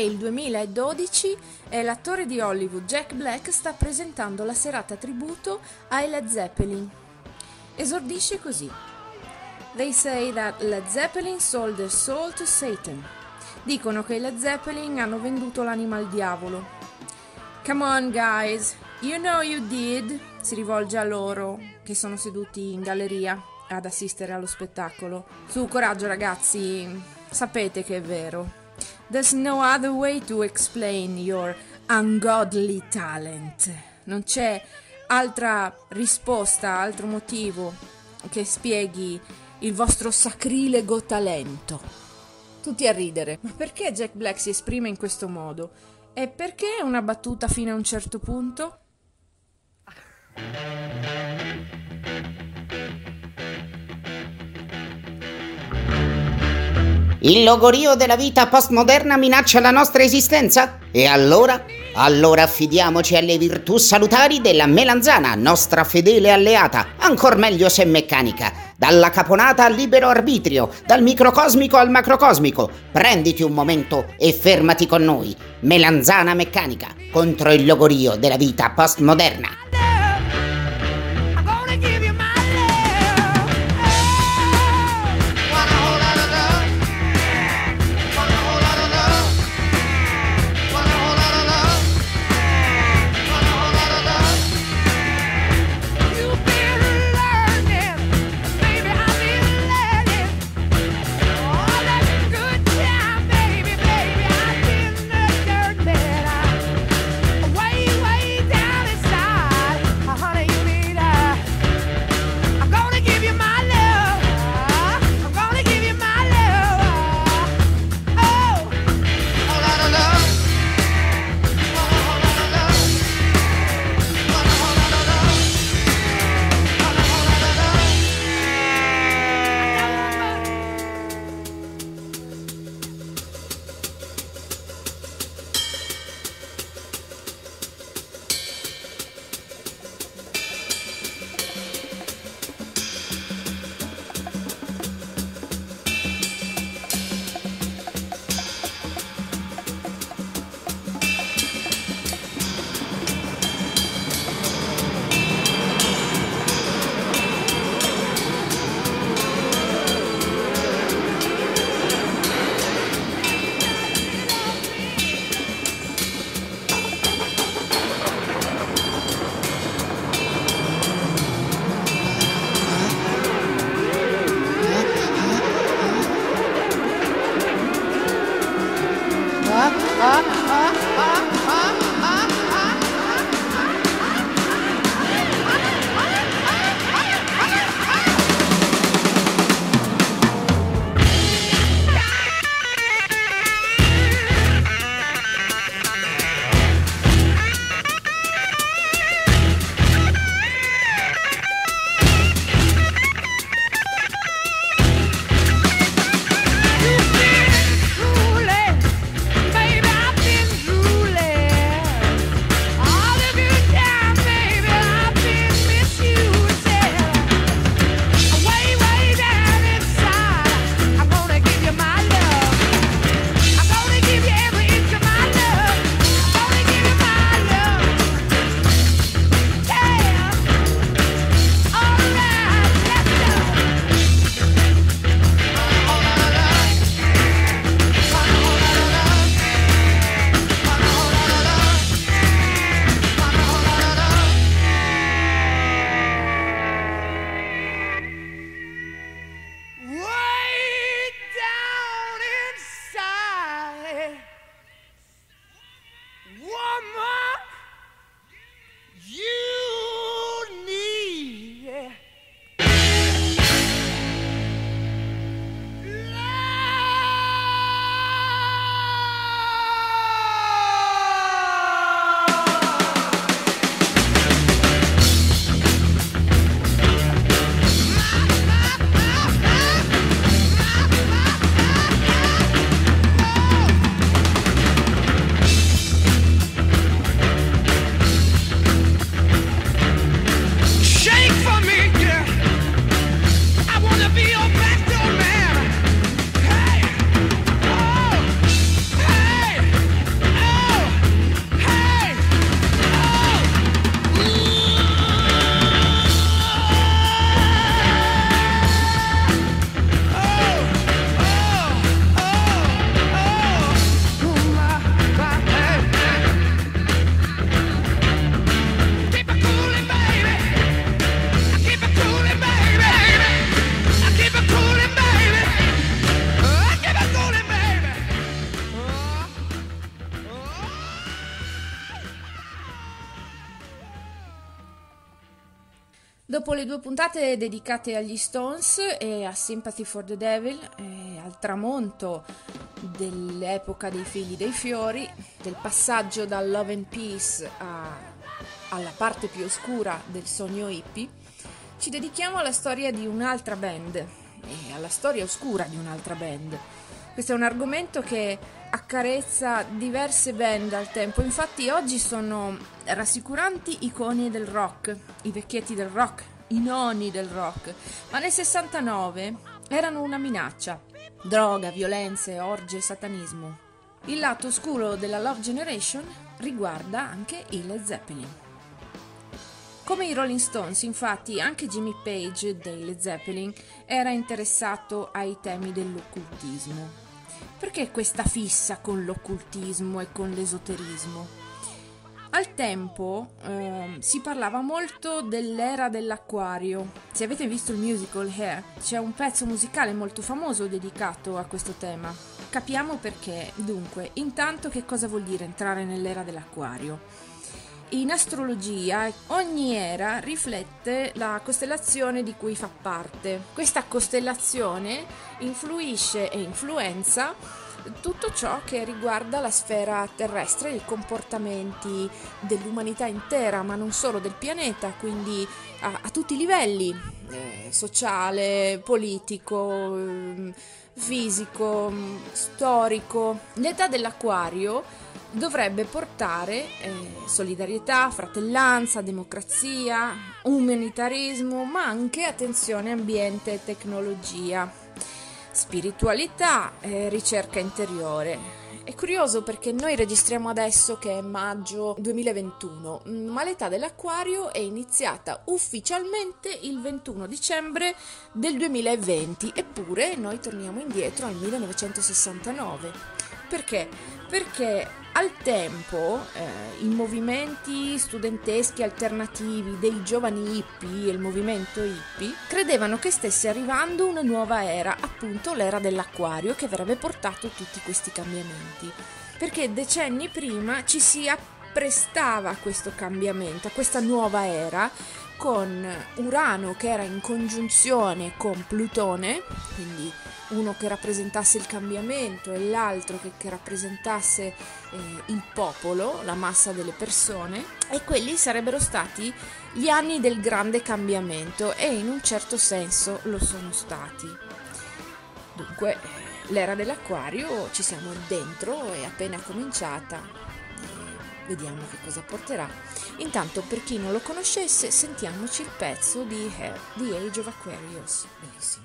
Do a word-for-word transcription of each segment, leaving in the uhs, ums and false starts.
il duemiladodici e l'attore di Hollywood Jack Black sta presentando la serata tributo ai Led Zeppelin. Esordisce così: They say that Led Zeppelin sold their soul to Satan. Dicono che i Led Zeppelin hanno venduto l'anima al diavolo. Come on guys, you know you did. Si rivolge a loro che sono seduti in galleria ad assistere allo spettacolo. Su, coraggio ragazzi, sapete che è vero. There's no other way to explain your ungodly talent. Non c'è altra risposta, altro motivo che spieghi il vostro sacrilego talento. Tutti a ridere. Ma perché Jack Black si esprime in questo modo? E perché una battuta fino a un certo punto? Il logorio della vita postmoderna minaccia la nostra esistenza? E allora? Allora affidiamoci alle virtù salutari della melanzana, nostra fedele alleata, ancor meglio se meccanica. Dalla caponata al libero arbitrio, dal microcosmico al macrocosmico. Prenditi un momento e fermati con noi. Melanzana meccanica, contro il logorio della vita postmoderna. Dopo le due puntate dedicate agli Stones e a Sympathy for the Devil, e al tramonto dell'epoca dei figli dei fiori, del passaggio dal Love and Peace a, alla parte più oscura del sogno hippie, ci dedichiamo alla storia di un'altra band e alla storia oscura di un'altra band. Questo è un argomento che accarezza diverse band al tempo, infatti oggi sono rassicuranti icone del rock, i vecchietti del rock, i nonni del rock, ma nel sessantanove erano una minaccia: droga, violenze, orge, satanismo. Il lato oscuro della Love Generation riguarda anche i Led Zeppelin. Come i Rolling Stones, infatti, anche Jimmy Page dei Led Zeppelin era interessato ai temi dell'occultismo. Perché questa fissa con l'occultismo e con l'esoterismo? Al tempo eh, si parlava molto dell'era dell'acquario. Se avete visto il musical Hair, c'è un pezzo musicale molto famoso dedicato a questo tema. Capiamo perché. Dunque, intanto, che cosa vuol dire entrare nell'era dell'acquario? In astrologia ogni era riflette la costellazione di cui fa parte. Questa costellazione influisce e influenza tutto ciò che riguarda la sfera terrestre, i comportamenti dell'umanità intera, ma non solo del pianeta, quindi a, a tutti i livelli, eh, sociale, politico, eh, fisico, storico. L'età dell'acquario dovrebbe portare eh, solidarietà, fratellanza, democrazia, umanitarismo, ma anche attenzione ambiente e tecnologia, spiritualità e ricerca interiore. È curioso perché noi registriamo adesso che è maggio duemilaventuno, ma l'età dell'acquario è iniziata ufficialmente il ventuno dicembre del duemilaventi, eppure noi torniamo indietro al millenovecentosessantanove. Perché? Perché al tempo eh, i movimenti studenteschi alternativi dei giovani hippie e il movimento hippie credevano che stesse arrivando una nuova era, appunto l'era dell'acquario, che avrebbe portato tutti questi cambiamenti. Perché decenni prima ci si apprestava a questo cambiamento, a questa nuova era, con Urano che era in congiunzione con Plutone, quindi uno che rappresentasse il cambiamento e l'altro che, che rappresentasse eh, il popolo, la massa delle persone, e quelli sarebbero stati gli anni del grande cambiamento, e in un certo senso lo sono stati. Dunque l'era dell'acquario ci siamo dentro, è appena cominciata, e vediamo che cosa porterà. Intanto, per chi non lo conoscesse, sentiamoci il pezzo di Hair, The Age of Aquarius, bellissimo.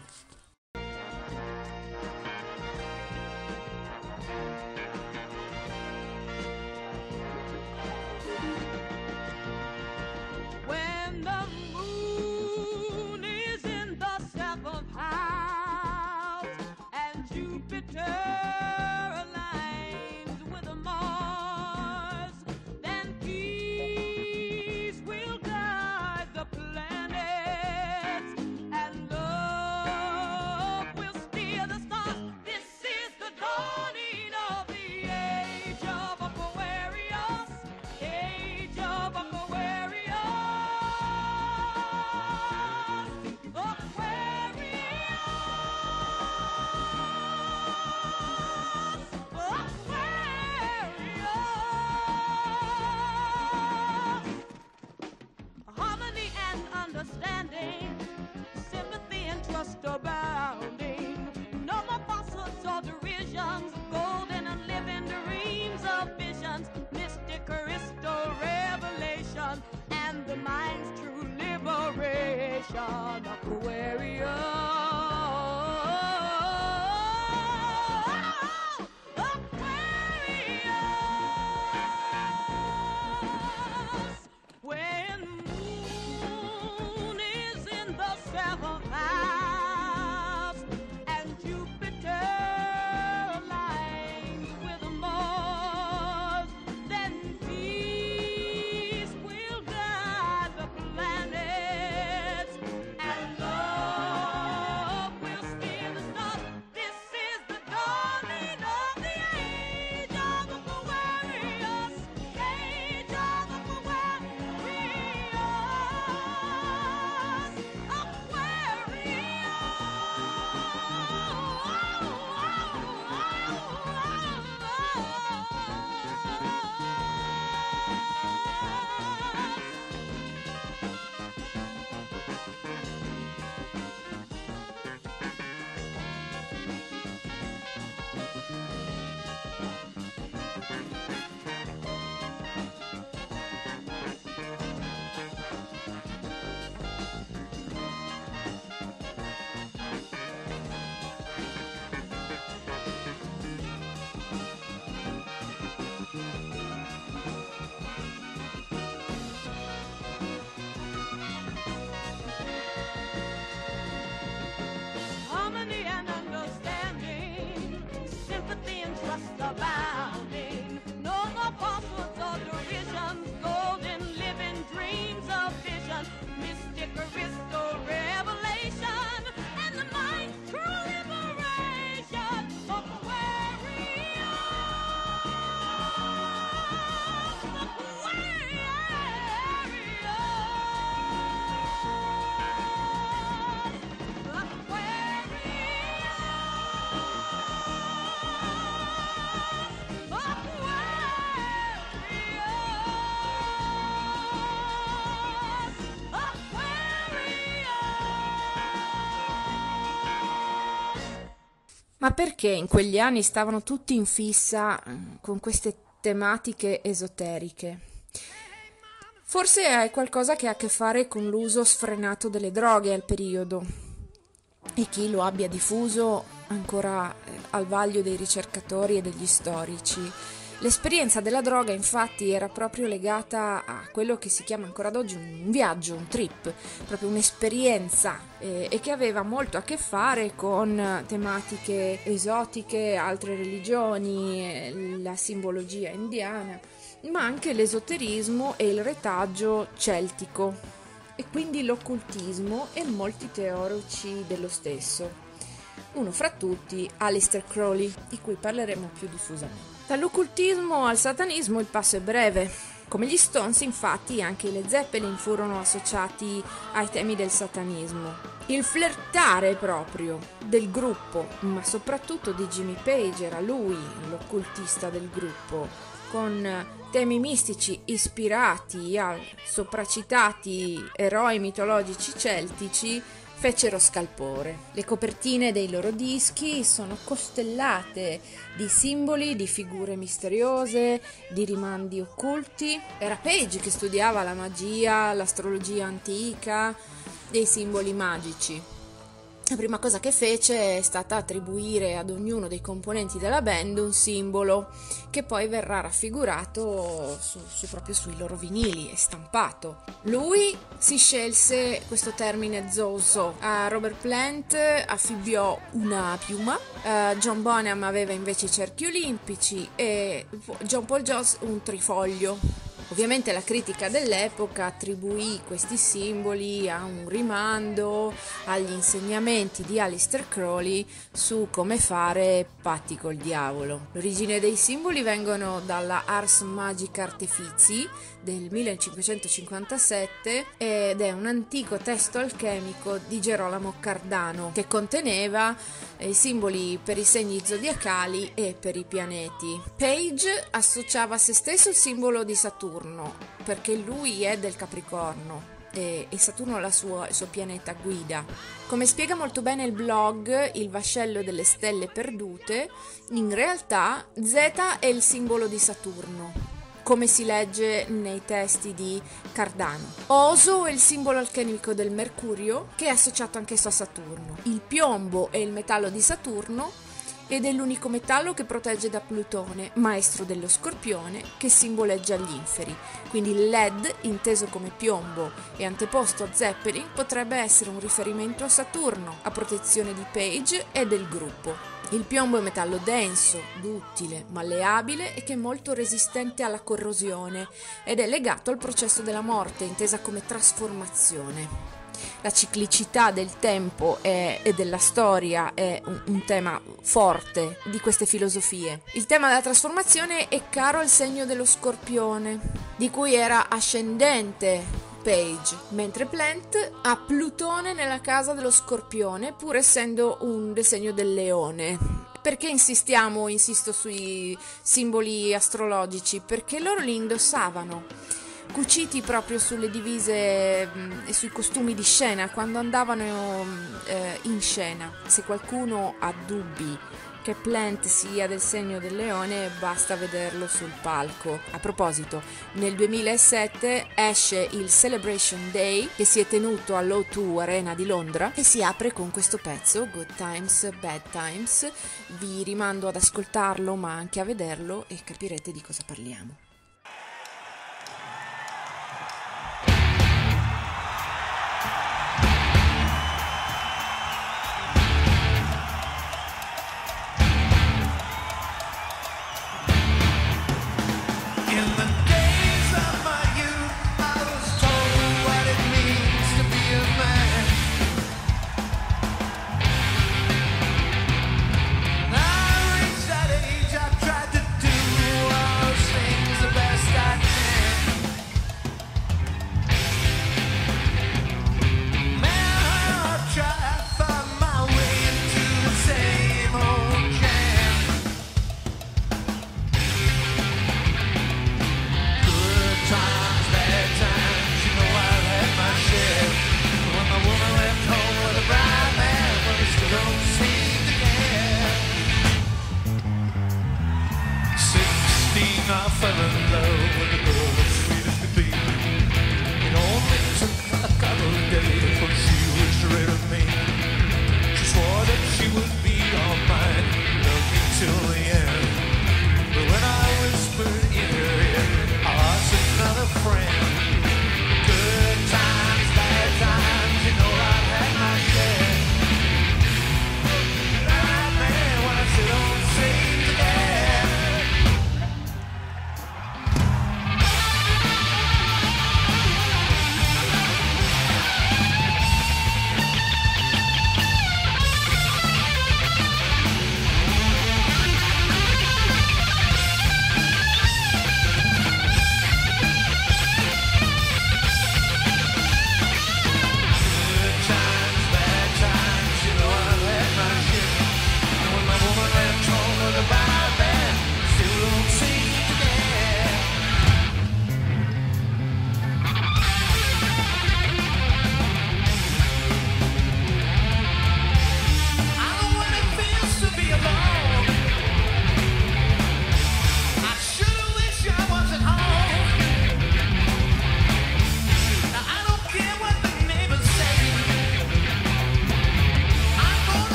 abounding. No more falsehoods or derision, golden living dreams of vision, mystic Aristo revelation, and the mind's true liberation of Aquarius. Ma perché in quegli anni stavano tutti in fissa con queste tematiche esoteriche? Forse è qualcosa che ha a che fare con l'uso sfrenato delle droghe al periodo, e chi lo abbia diffuso ancora al vaglio dei ricercatori e degli storici. L'esperienza della droga infatti era proprio legata a quello che si chiama ancora ad oggi un viaggio, un trip, proprio un'esperienza eh, e che aveva molto a che fare con tematiche esotiche, altre religioni, eh, la simbologia indiana, ma anche l'esoterismo e il retaggio celtico, e quindi l'occultismo e molti teorici dello stesso. Uno fra tutti, Aleister Crowley, di cui parleremo più diffusamente. Dall'occultismo al satanismo il passo è breve. Come gli Stones, infatti, anche i Led Zeppelin furono associati ai temi del satanismo. Il flirtare proprio del gruppo, ma soprattutto di Jimmy Page, era lui l'occultista del gruppo, con temi mistici ispirati a sopracitati eroi mitologici celtici, fecero scalpore. Le copertine dei loro dischi sono costellate di simboli, di figure misteriose, di rimandi occulti. Era Page che studiava la magia, l'astrologia antica, dei simboli magici. La prima cosa che fece è stata attribuire ad ognuno dei componenti della band un simbolo che poi verrà raffigurato su, su proprio sui loro vinili e stampato. Lui si scelse questo termine zoso, a Robert Plant affibbiò una piuma, uh, John Bonham aveva invece i cerchi olimpici e John Paul Jones un trifoglio. Ovviamente la critica dell'epoca attribuì questi simboli a un rimando agli insegnamenti di Aleister Crowley su come fare patti col diavolo. L'origine dei simboli vengono dalla Ars Magica Artifici del millecinquecentocinquantasette ed è un antico testo alchemico di Gerolamo Cardano che conteneva i simboli per i segni zodiacali e per i pianeti. Page associava a se stesso il simbolo di Saturno perché lui è del Capricorno e, e Saturno è la sua, il suo pianeta guida. Come spiega molto bene il blog Il vascello delle stelle perdute, in realtà Z è il simbolo di Saturno, come si legge nei testi di Cardano. Oso è il simbolo alchemico del Mercurio, che è associato anch'esso a Saturno. Il piombo è il metallo di Saturno ed è l'unico metallo che protegge da Plutone, maestro dello Scorpione, che simboleggia gli inferi. Quindi il lead, inteso come piombo e anteposto a Zeppelin, potrebbe essere un riferimento a Saturno, a protezione di Page e del gruppo. Il piombo è metallo denso, duttile, malleabile e che è molto resistente alla corrosione ed è legato al processo della morte, intesa come trasformazione. La ciclicità del tempo è, e della storia è un, un tema forte di queste filosofie. Il tema della trasformazione è caro al segno dello Scorpione, di cui era ascendente Page, mentre Plant ha Plutone nella casa dello Scorpione, pur essendo un del segno del Leone. Perché insistiamo, insisto sui simboli astrologici? Perché loro li indossavano, cuciti proprio sulle divise mh, e sui costumi di scena quando andavano eh, in scena. Se qualcuno ha dubbi che Plant sia del segno del leone, basta vederlo sul palco. A proposito, nel duemilasette esce il Celebration Day che si è tenuto all'O due Arena di Londra e si apre con questo pezzo, Good Times, Bad Times. Vi rimando ad ascoltarlo ma anche a vederlo e capirete di cosa parliamo.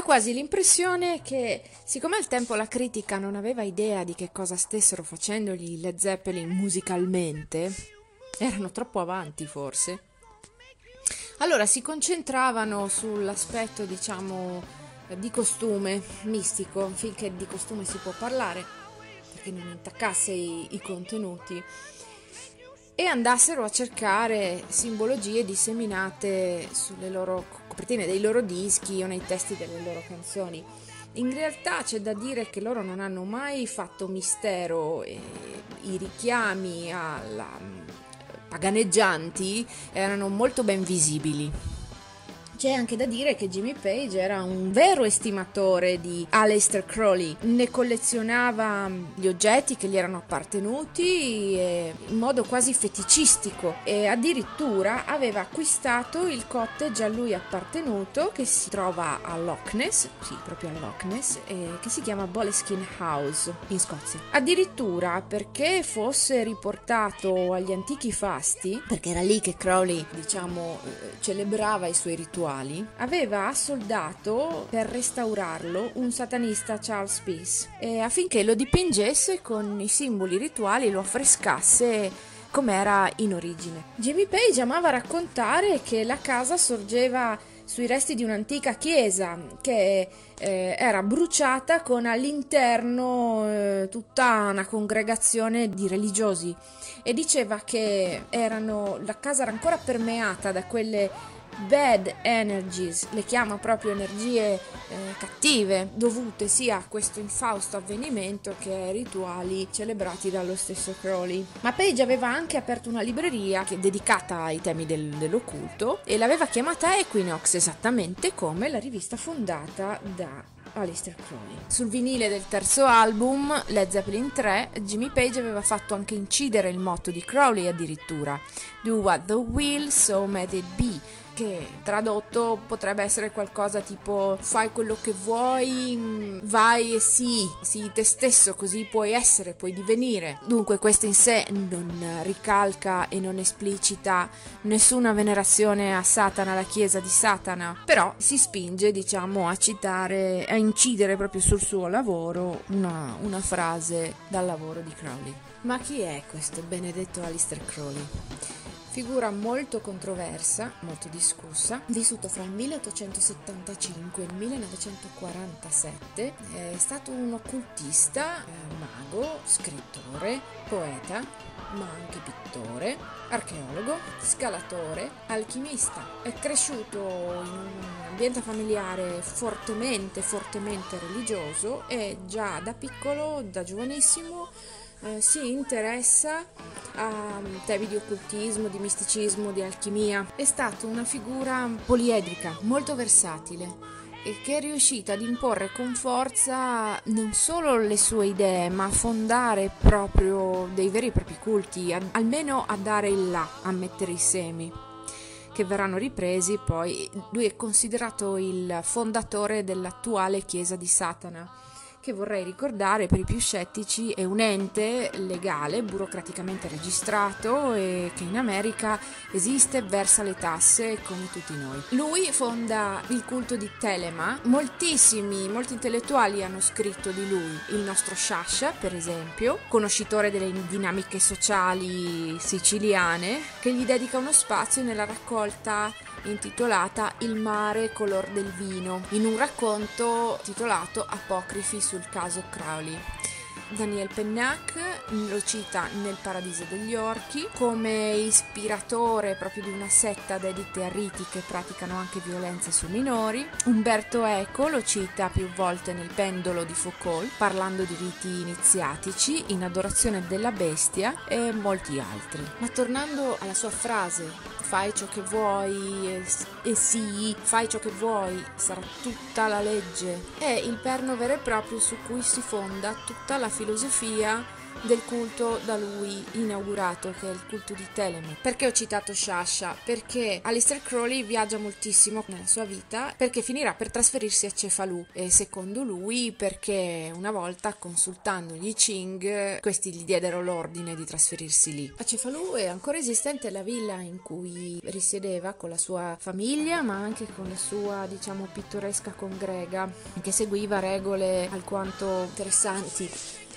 quasi l'impressione che, siccome al tempo la critica non aveva idea di che cosa stessero facendo gli Led Zeppelin musicalmente, erano troppo avanti forse, allora si concentravano sull'aspetto, diciamo, di costume mistico, finché di costume si può parlare, perché non intaccasse i, i contenuti, e andassero a cercare simbologie disseminate sulle loro copertine dei loro dischi o nei testi delle loro canzoni. In realtà c'è da dire che loro non hanno mai fatto mistero, e i richiami alla paganeggianti erano molto ben visibili. C'è anche da dire che Jimmy Page era un vero estimatore di Aleister Crowley, ne collezionava gli oggetti che gli erano appartenuti in modo quasi feticistico, e addirittura aveva acquistato il cottage a lui appartenuto che si trova a Loch Ness, sì, proprio a Loch Ness, e che si chiama Boleskine House in Scozia. Addirittura perché fosse riportato agli antichi fasti, perché era lì che Crowley, diciamo, celebrava i suoi rituali, aveva assoldato per restaurarlo un satanista, Charles Peace, e affinché lo dipingesse con i simboli rituali, lo affrescasse com'era in origine. Jimmy Page amava raccontare che la casa sorgeva sui resti di un'antica chiesa che eh, era bruciata con all'interno eh, tutta una congregazione di religiosi, e diceva che erano, la casa era ancora permeata da quelle bad energies, le chiama proprio energie eh, cattive, dovute sia a questo infausto avvenimento che ai rituali celebrati dallo stesso Crowley. Ma Page aveva anche aperto una libreria che, dedicata ai temi del, dell'occulto, e l'aveva chiamata Equinox, esattamente come la rivista fondata da Aleister Crowley. Sul vinile del terzo album, Led Zeppelin tre, Jimmy Page aveva fatto anche incidere il motto di Crowley addirittura: Do what the will, so may it be, che tradotto potrebbe essere qualcosa tipo fai quello che vuoi, vai e sii, sii te stesso, così puoi essere, puoi divenire. Dunque questo in sé non ricalca e non esplicita nessuna venerazione a Satana, alla chiesa di Satana, però si spinge, diciamo, a citare, a incidere proprio sul suo lavoro una, una frase dal lavoro di Crowley. Ma chi è questo benedetto Aleister Crowley? Figura molto controversa, molto discussa, vissuto fra il milleottocentosettantacinque e il millenovecentoquarantasette, è stato un occultista, eh, mago, scrittore, poeta, ma anche pittore, archeologo, scalatore, alchimista. È cresciuto in un ambiente familiare fortemente, fortemente religioso, e già da piccolo, da giovanissimo, Eh, si interessa a temi di occultismo, di misticismo, di alchimia. È stato una figura poliedrica, molto versatile, e che è riuscita ad imporre con forza non solo le sue idee, ma a fondare proprio dei veri e propri culti, a, almeno a dare il là, a mettere i semi, che verranno ripresi poi. Lui è considerato il fondatore dell'attuale Chiesa di Satana, che vorrei ricordare per i più scettici è un ente legale, burocraticamente registrato, e che in America esiste, versa le tasse come tutti noi. Lui fonda il culto di Telema. Moltissimi, molti intellettuali hanno scritto di lui. Il nostro Sciascia, per esempio, conoscitore delle dinamiche sociali siciliane, che gli dedica uno spazio nella raccolta intitolata Il mare color del vino, in un racconto titolato Apocrifi sul caso Crowley. Daniel Pennac lo cita nel Paradiso degli Orchi come ispiratore proprio di una setta dedite a riti che praticano anche violenze su minori. Umberto Eco lo cita più volte nel Pendolo di Foucault, parlando di riti iniziatici in adorazione della bestia, e molti altri. Ma tornando alla sua frase, fai ciò che vuoi e, e sì, fai ciò che vuoi, sarà tutta la legge, è il perno vero e proprio su cui si fonda tutta la filosofia del culto da lui inaugurato, che è il culto di Teleme. Perché ho citato Sciascia? Perché Aleister Crowley viaggia moltissimo nella sua vita, perché finirà per trasferirsi a Cefalù, e secondo lui perché una volta, consultando gli Ching, questi gli diedero l'ordine di trasferirsi lì. A Cefalù è ancora esistente la villa in cui risiedeva con la sua famiglia, ma anche con la sua, diciamo, pittoresca congrega, che seguiva regole alquanto interessanti.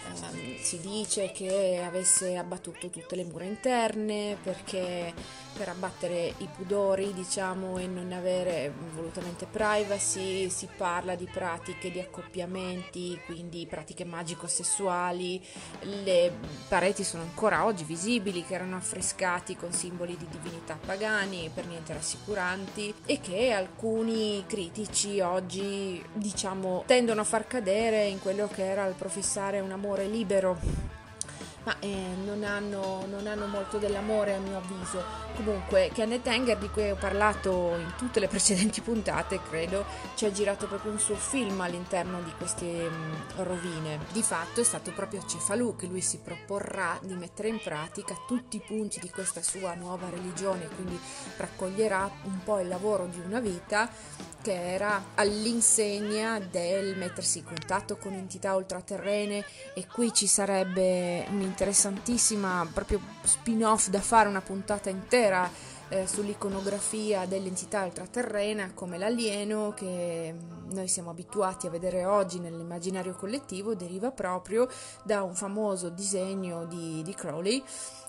Um, si dice che avesse abbattuto tutte le mura interne perché per abbattere i pudori, diciamo, e non avere volutamente privacy. Si parla di pratiche di accoppiamenti, quindi pratiche magico-sessuali. Le pareti sono ancora oggi visibili, che erano affrescati con simboli di divinità pagani, per niente rassicuranti, e che alcuni critici oggi, diciamo, tendono a far cadere in quello che era il professare un amore libero. Ma eh, non, hanno, non hanno molto dell'amore, a mio avviso. Comunque, Kenneth Anger, di cui ho parlato in tutte le precedenti puntate, credo, ci ha girato proprio un suo film all'interno di queste mh, rovine. Di fatto è stato proprio a Cefalù che lui si proporrà di mettere in pratica tutti i punti di questa sua nuova religione, quindi raccoglierà un po' il lavoro di una vita che era all'insegna del mettersi in contatto con entità ultraterrene, e qui ci sarebbe un'interessantissima proprio spin-off da fare, una puntata intera eh, sull'iconografia dell'entità ultraterrena come l'alieno che noi siamo abituati a vedere oggi nell'immaginario collettivo. Deriva proprio da un famoso disegno di, di Crowley,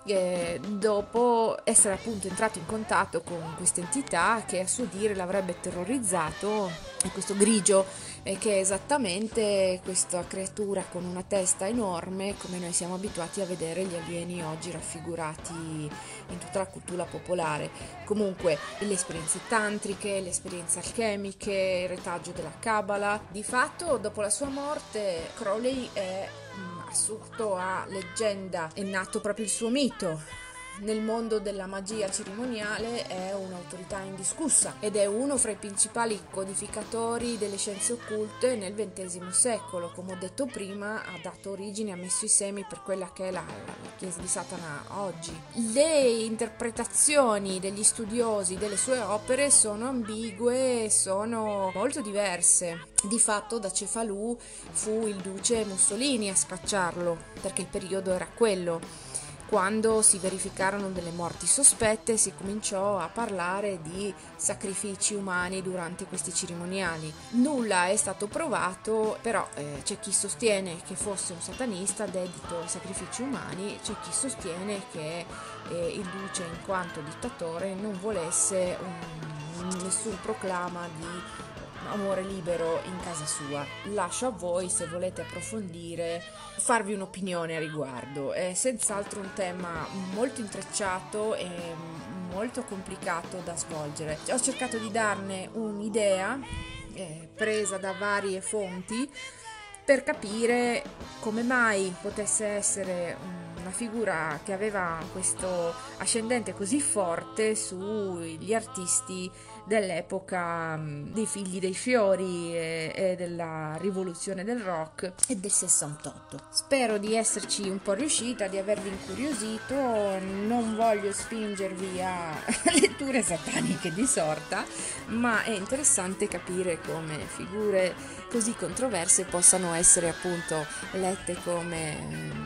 eh, dopo essere appunto entrato in contatto con questa entità che a suo dire l'avrebbe terrorizzato, e questo grigio eh, che è esattamente questa creatura con una testa enorme, come noi siamo abituati a vedere gli alieni oggi raffigurati in tutta la cultura popolare. Comunque le esperienze tantriche, le esperienze alchemiche, il retaggio della Kabbalah. Di fatto dopo la sua morte Crowley è assurdo a leggenda, è nato proprio il suo mito. Nel mondo della magia cerimoniale è un'autorità indiscussa ed è uno fra i principali codificatori delle scienze occulte nel ventesimo secolo. Come ho detto prima, ha dato origine, ha messo i semi per quella che è la, la, la Chiesa di Satana oggi. Le interpretazioni degli studiosi delle sue opere sono ambigue, sono molto diverse. Di fatto da Cefalù fu il duce Mussolini a scacciarlo, perché il periodo era quello. Quando si verificarono delle morti sospette, si cominciò a parlare di sacrifici umani durante questi cerimoniali. Nulla è stato provato, però eh, c'è chi sostiene che fosse un satanista dedito ai sacrifici umani, c'è chi sostiene che eh, il duce, in quanto dittatore, non volesse un, nessun proclama di amore libero in casa sua. Lascio a voi, se volete approfondire, farvi un'opinione a riguardo. È senz'altro un tema molto intrecciato e molto complicato da svolgere. Ho cercato di darne un'idea eh, presa da varie fonti per capire come mai potesse essere una figura che aveva questo ascendente così forte sugli artisti dell'epoca dei Figli dei Fiori e, e della rivoluzione del rock e del sessantotto. Spero di esserci un po' riuscita, di avervi incuriosito. Non voglio spingervi a letture sataniche di sorta, ma è interessante capire come figure così controverse possano essere appunto lette come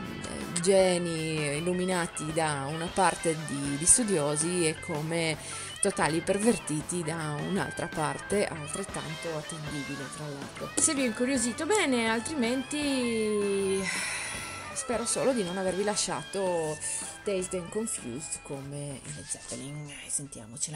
geni illuminati da una parte di, di studiosi e come totali pervertiti da un'altra parte altrettanto attendibile, tra l'altro. Se vi ho incuriosito bene, altrimenti spero solo di non avervi lasciato dazed and confused come i Led Zeppelin. Sentiamocela.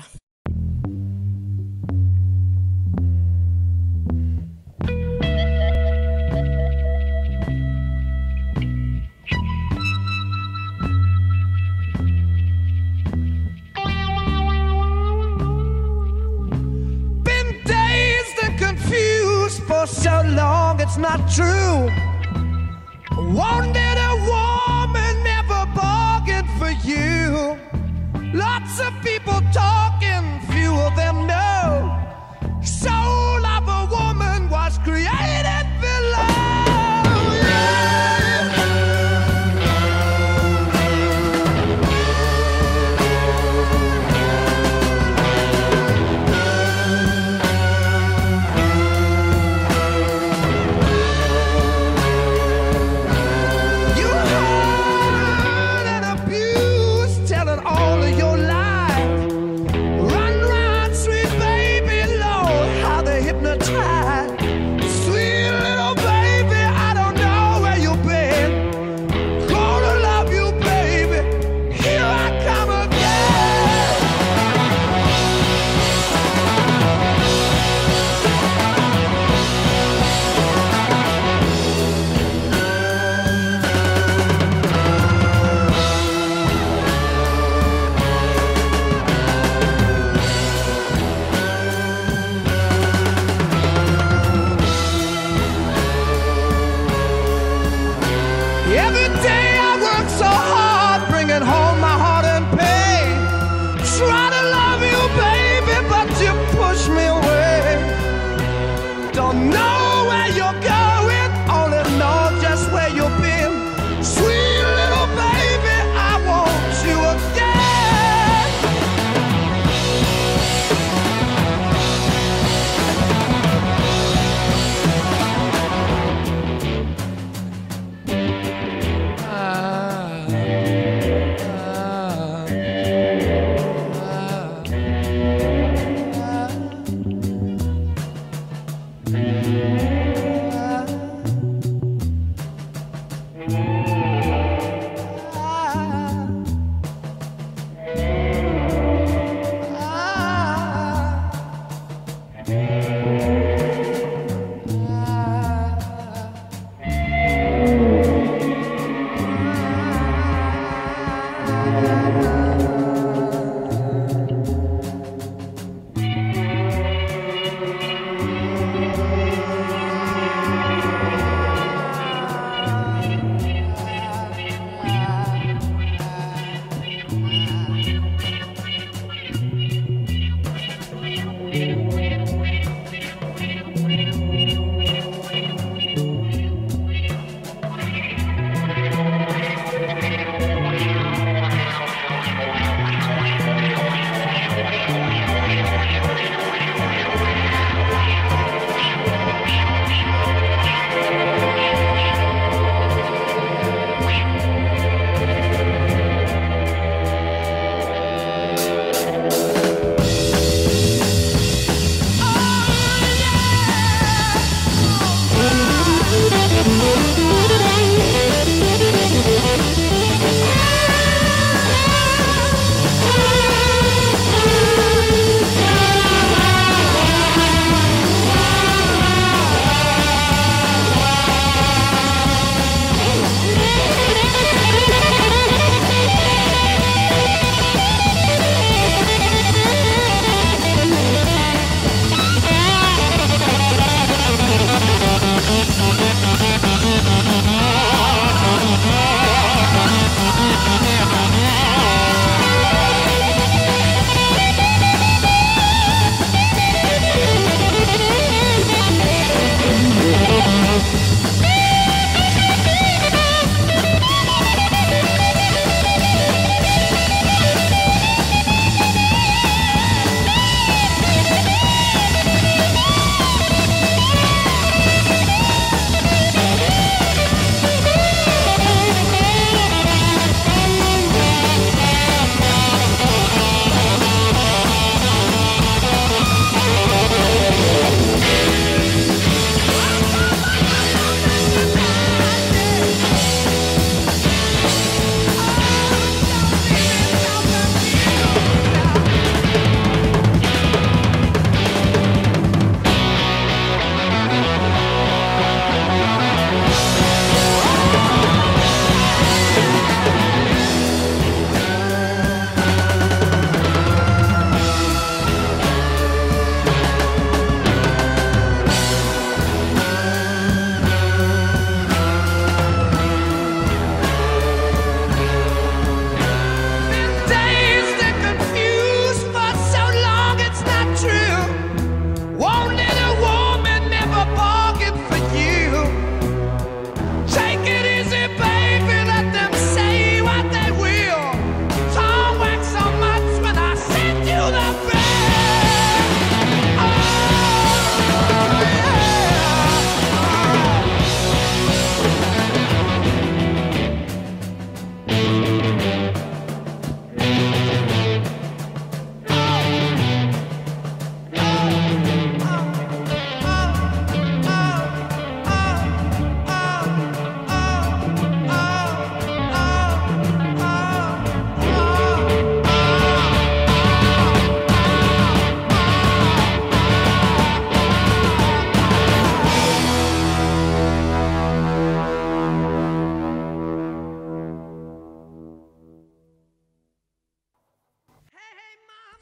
For so long it's not true. Wanted a woman, never bargained for you. Lots of people talking, few of them know. Soul of a woman was created below. Yeah.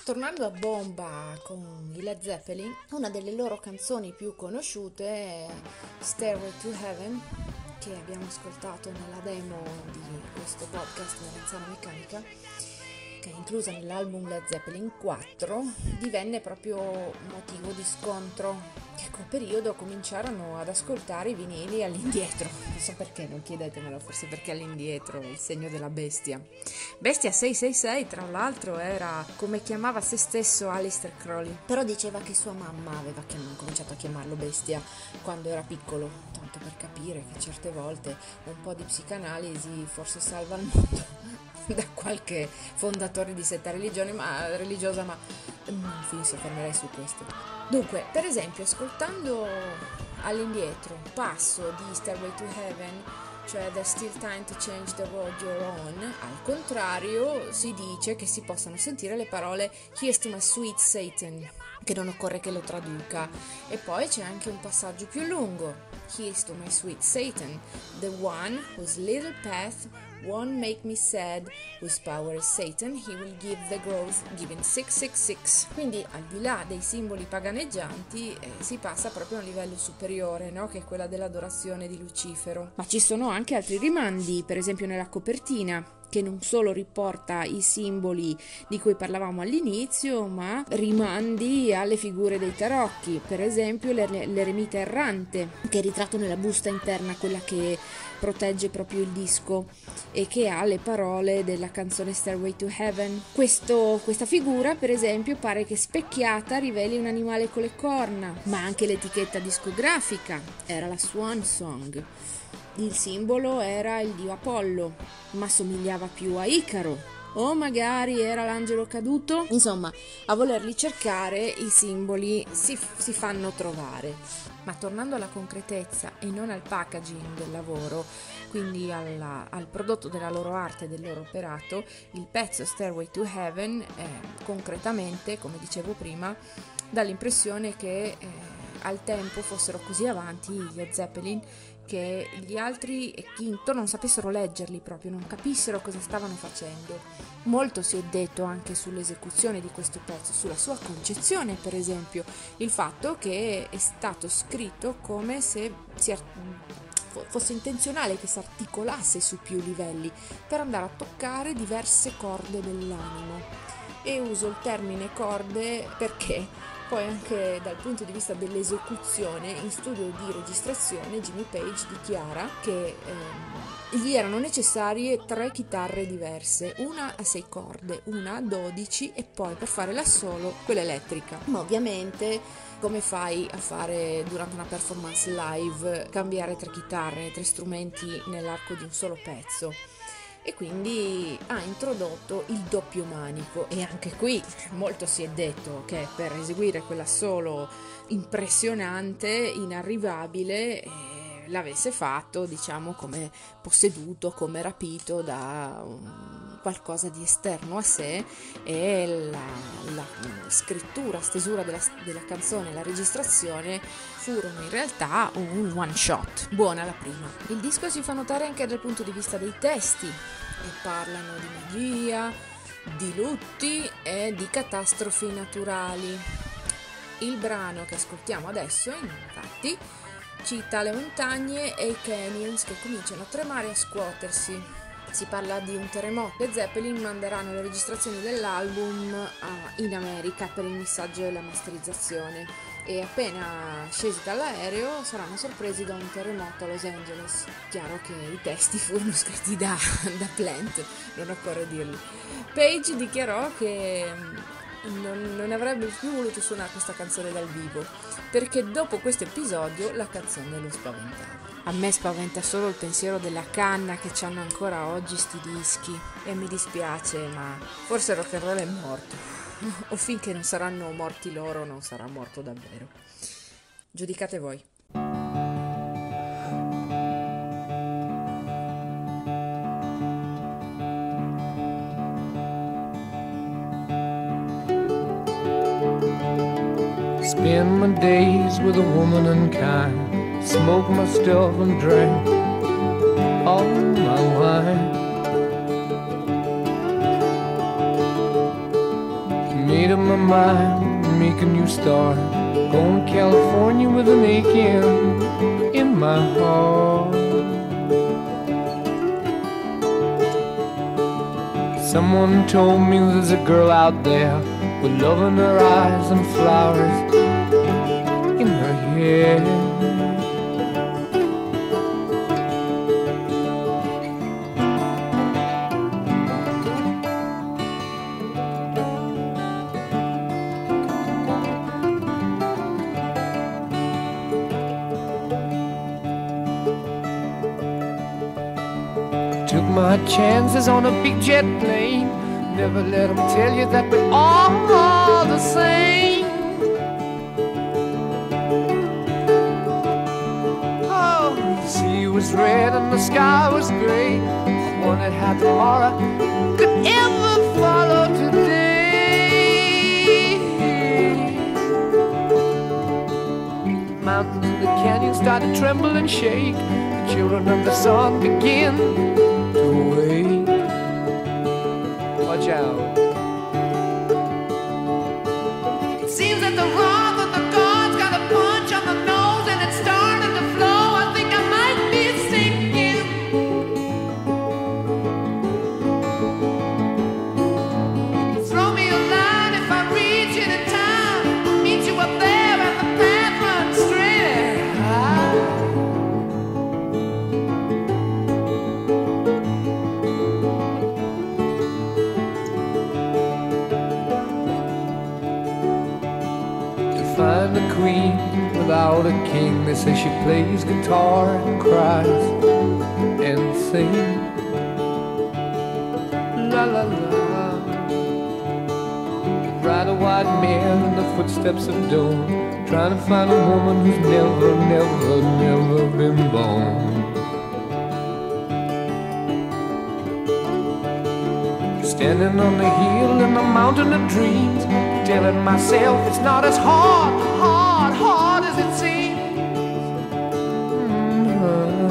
Tornando a bomba con i Led Zeppelin, una delle loro canzoni più conosciute è Stairway to Heaven, che abbiamo ascoltato nella demo di questo podcast Melanzana Meccanica, che è inclusa nell'album Led Zeppelin quattro, divenne proprio motivo di scontro, che col periodo cominciarono ad ascoltare i vinili all'indietro. Non so perché, non chiedetemelo, forse perché all'indietro è il segno della bestia. Bestia sei sei sei, tra l'altro, era come chiamava se stesso Aleister Crowley, però diceva che sua mamma aveva chiam- cominciato a chiamarlo bestia quando era piccolo, tanto per capire che certe volte un po' di psicanalisi forse salva il mondo da qualche fondatore di setta religione, ma, religiosa, ma non fi- soffermerei su questo. Dunque, per esempio, ascoltando all'indietro passo di Stairway to Heaven, cioè There's Still Time to Change the Road You're On, al contrario si dice che si possano sentire le parole Here's to my sweet Satan, che non occorre che lo traduca. E poi c'è anche un passaggio più lungo: Here's to my sweet Satan, the one whose little path won't make me sad, whose power is Satan, he will give the growth, given six six six. Quindi al di là dei simboli paganeggianti eh, si passa proprio a un livello superiore, no? Che è quella dell'adorazione di Lucifero. Ma ci sono anche altri rimandi, per esempio nella copertina, che non solo riporta i simboli di cui parlavamo all'inizio, ma rimandi alle figure dei tarocchi, per esempio l'er- l'eremita errante, che è ritratto nella busta interna, quella che protegge proprio il disco e che ha le parole della canzone Stairway to Heaven. Questo, questa figura, per esempio, pare che specchiata riveli un animale con le corna, ma anche l'etichetta discografica era la Swan Song. Il simbolo era il dio Apollo, ma somigliava più a Icaro, o magari era l'angelo caduto. Insomma, a volerli cercare i simboli si, si fanno trovare. Ma tornando alla concretezza e non al packaging del lavoro, quindi alla, al prodotto della loro arte e del loro operato, il pezzo Stairway to Heaven eh, concretamente, come dicevo prima, dà l'impressione che eh, al tempo fossero così avanti gli Led Zeppelin che gli altri e chi intorno non sapessero leggerli proprio, non capissero cosa stavano facendo. Molto si è detto anche sull'esecuzione di questo pezzo, sulla sua concezione, per esempio, il fatto che è stato scritto come se si art- fosse intenzionale che si articolasse su più livelli per andare a toccare diverse corde dell'animo. E uso il termine corde perché poi anche dal punto di vista dell'esecuzione, in studio di registrazione Jimmy Page dichiara che ehm, gli erano necessarie tre chitarre diverse, una a sei corde, una a dodici e poi per fare l'assolo quella elettrica. Ma ovviamente come fai a fare durante una performance live cambiare tre chitarre, tre strumenti nell'arco di un solo pezzo? E quindi ha introdotto il doppio manico, e anche qui molto si è detto che per eseguire quell'assolo impressionante, inarrivabile, eh, l'avesse fatto, diciamo, come posseduto, come rapito da um, qualcosa di esterno a sé, e la, la scrittura, stesura della, della canzone, la registrazione furono in realtà un one shot. Buona la prima. Il disco si fa notare anche dal punto di vista dei testi, e parlano di magia, di lutti e di catastrofi naturali. Il brano che ascoltiamo adesso, infatti, cita le montagne e i canyons che cominciano a tremare e a scuotersi. Si parla di un terremoto. Le Zeppelin manderanno le registrazioni dell'album uh, in America per il missaggio e la masterizzazione, e appena scesi dall'aereo saranno sorpresi da un terremoto a Los Angeles. Chiaro che i testi furono scritti da, da Plant, non occorre dirli. Page dichiarò che non, non avrebbe più voluto suonare questa canzone dal vivo, perché dopo questo episodio la canzone lo spaventava. A me spaventa solo il pensiero della canna che c'hanno ancora oggi sti dischi, e mi dispiace, ma forse rock and roll è morto. O finché non saranno morti loro, non sarà morto davvero. Giudicate voi. Spend my days with a woman unkind, smoke my stuff and drink all my wine. made up my mind, make a new start. Going to California with an aching in my heart. Someone told me there's a girl out there with love in her eyes and flowers in her hair. Took my chances on a big jet plane. Never let them tell you that we're all the same. Oh, the sea was red and the sky was gray. I wondered how tomorrow could ever follow today. Mountains and the canyons started to tremble and shake. The children of the sun begin to wake. Watch out. It seems that the wrath of the gods got a punch on the nose and it started to flow. I think I might be sinking. Throw me a line if I reach it in time. I'll meet you up there and the path runs straight. Find a queen without a king. They say she plays guitar and cries and sings. La la la. Ride a white mare in the footsteps of dawn, trying to find a woman who's never, never, never been born. Standing on the hill in the mountain of dreams, telling myself it's not as hard, hard, hard as it seems. Mm-hmm.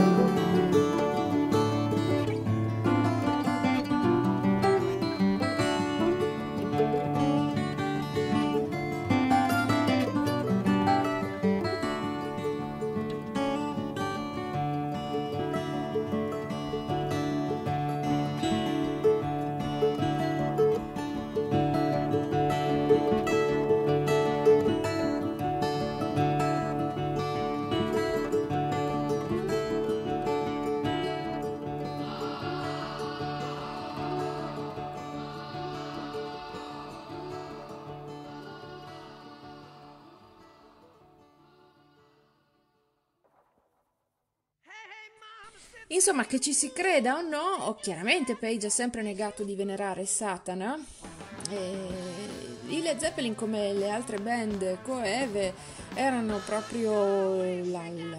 Insomma, che ci si creda o no, chiaramente Page ha sempre negato di venerare Satana. E i Led Zeppelin, come le altre band coeve, erano proprio la, la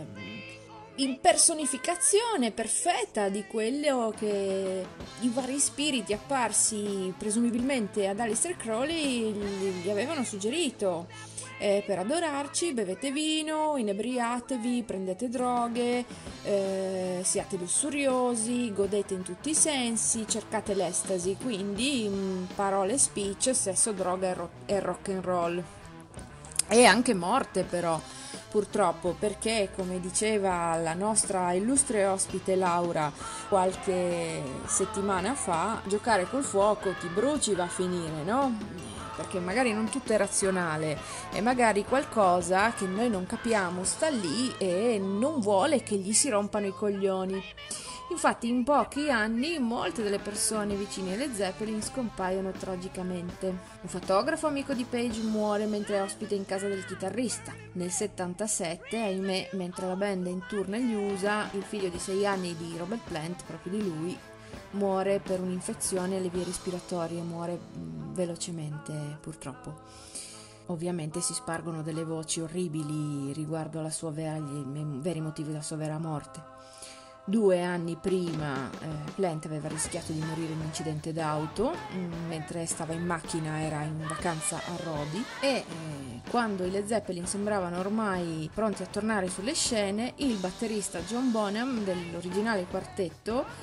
impersonificazione perfetta di quello che i vari spiriti apparsi presumibilmente ad Aleister Crowley gli, gli avevano suggerito. Eh, per adorarci bevete vino, inebriatevi, prendete droghe, eh, siate lussuriosi, godete in tutti i sensi, cercate l'estasi, quindi mh, parole, speech, sesso, droga e, ro- e rock and roll. E anche morte però, purtroppo, perché come diceva la nostra illustre ospite Laura qualche settimana fa, giocare col fuoco ti bruci, va a finire, no? Perché magari non tutto è razionale e magari qualcosa che noi non capiamo sta lì e non vuole che gli si rompano i coglioni. Infatti in pochi anni molte delle persone vicine alle Zeppelin scompaiono tragicamente. Un fotografo amico di Page muore mentre è ospite in casa del chitarrista. Nel settantasette, ahimè, mentre la band è in tour negli U S A, il figlio di sei anni di Robert Plant, proprio di lui, muore per un'infezione alle vie respiratorie, muore mh, velocemente purtroppo. Ovviamente si spargono delle voci orribili riguardo alla sua vera, gli veri motivi della sua vera morte. Due anni prima eh, Plant aveva rischiato di morire in un incidente d'auto mh, mentre stava in macchina, era in vacanza a Rodi e eh, quando i Led Zeppelin sembravano ormai pronti a tornare sulle scene, il batterista John Bonham dell'originale quartetto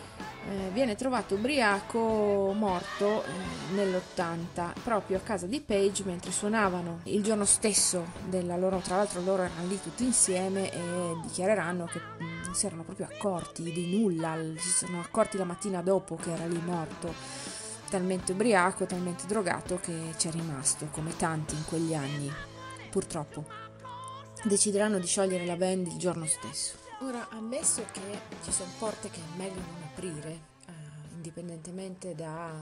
eh, viene trovato ubriaco morto eh, nell'ottanta proprio a casa di Page mentre suonavano il giorno stesso della loro, tra l'altro loro erano lì tutti insieme e dichiareranno che mh, non si erano proprio accorti di nulla, si sono accorti la mattina dopo che era lì morto, talmente ubriaco, talmente drogato che c'è rimasto come tanti in quegli anni, purtroppo. Decideranno di sciogliere la band il giorno stesso. Ora, ammesso che ci sono porte che è meglio non aprire, eh, indipendentemente da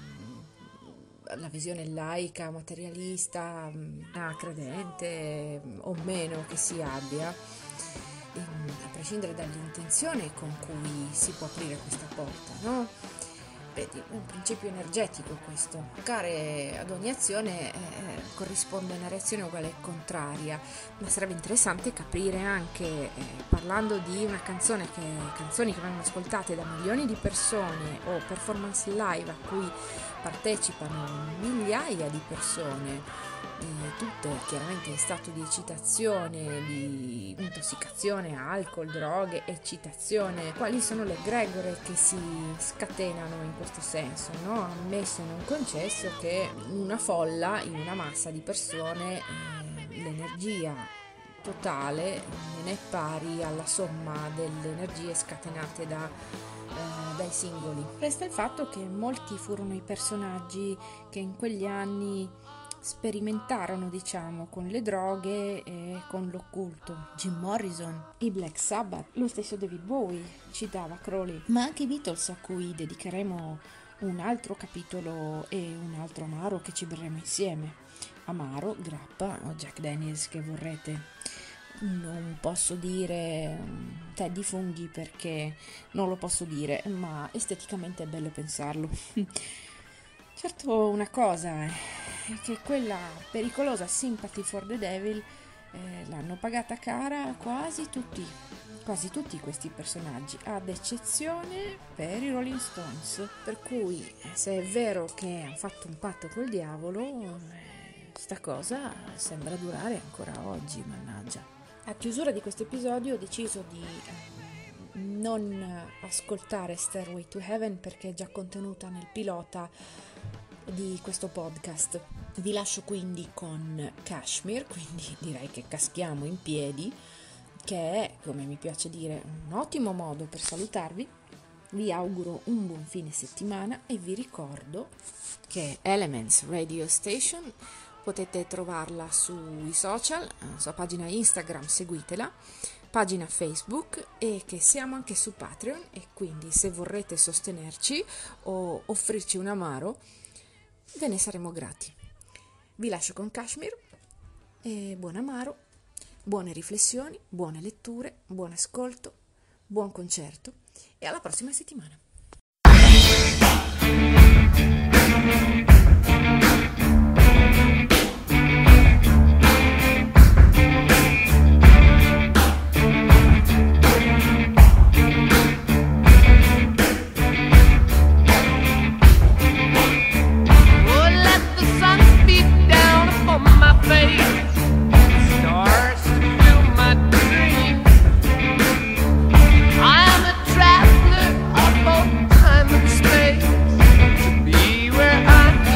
mh, la visione laica, materialista, mh, credente mh, o meno che si abbia, ehm, a prescindere dall'intenzione con cui si può aprire questa porta, no? Vedi, è un principio energetico questo. Giocare ad ogni azione eh, corrisponde a una reazione uguale e contraria, ma sarebbe interessante capire anche, eh, parlando di una canzone che canzoni che vengono ascoltate da milioni di persone o performance live a cui partecipano migliaia di persone, eh, tutte chiaramente in stato di eccitazione, di intossicazione, alcol, droghe, eccitazione. Quali sono le egregore che si scatenano in questo senso, no? Ammesso e non concesso che in una folla, in una massa di persone, eh, l'energia totale non è pari alla somma delle energie scatenate da, eh, dai singoli. Resta il fatto che molti furono i personaggi che in quegli anni sperimentarono, diciamo, con le droghe e con l'occulto. Jim Morrison, i Black Sabbath, lo stesso David Bowie citava Crowley, ma anche i Beatles, a cui dedicheremo un altro capitolo e un altro amaro che ci berremo insieme. Amaro, grappa o Jack Daniels che vorrete. Non posso dire tè di funghi perché non lo posso dire, ma esteticamente è bello pensarlo. Certo, una cosa è che quella pericolosa Sympathy for the Devil eh, l'hanno pagata cara quasi tutti, quasi tutti questi personaggi, ad eccezione per i Rolling Stones, per cui se è vero che hanno fatto un patto col diavolo, eh, sta cosa sembra durare ancora oggi, mannaggia. A chiusura di questo episodio ho deciso di eh, non ascoltare Stairway to Heaven perché è già contenuta nel pilota di questo podcast. Vi lascio quindi con Kashmir, quindi direi che caschiamo in piedi, che è, come mi piace dire, un ottimo modo per salutarvi. Vi auguro un buon fine settimana e vi ricordo che Elements Radio Station potete trovarla sui social, sulla pagina Instagram, seguitela, pagina Facebook, e che siamo anche su Patreon, e quindi se vorrete sostenerci o offrirci un amaro ve ne saremo grati. Vi lascio con Kashmir e buon amaro, buone riflessioni, buone letture, buon ascolto, buon concerto e alla prossima settimana. Traveler of both time and space, to be where I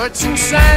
what's inside.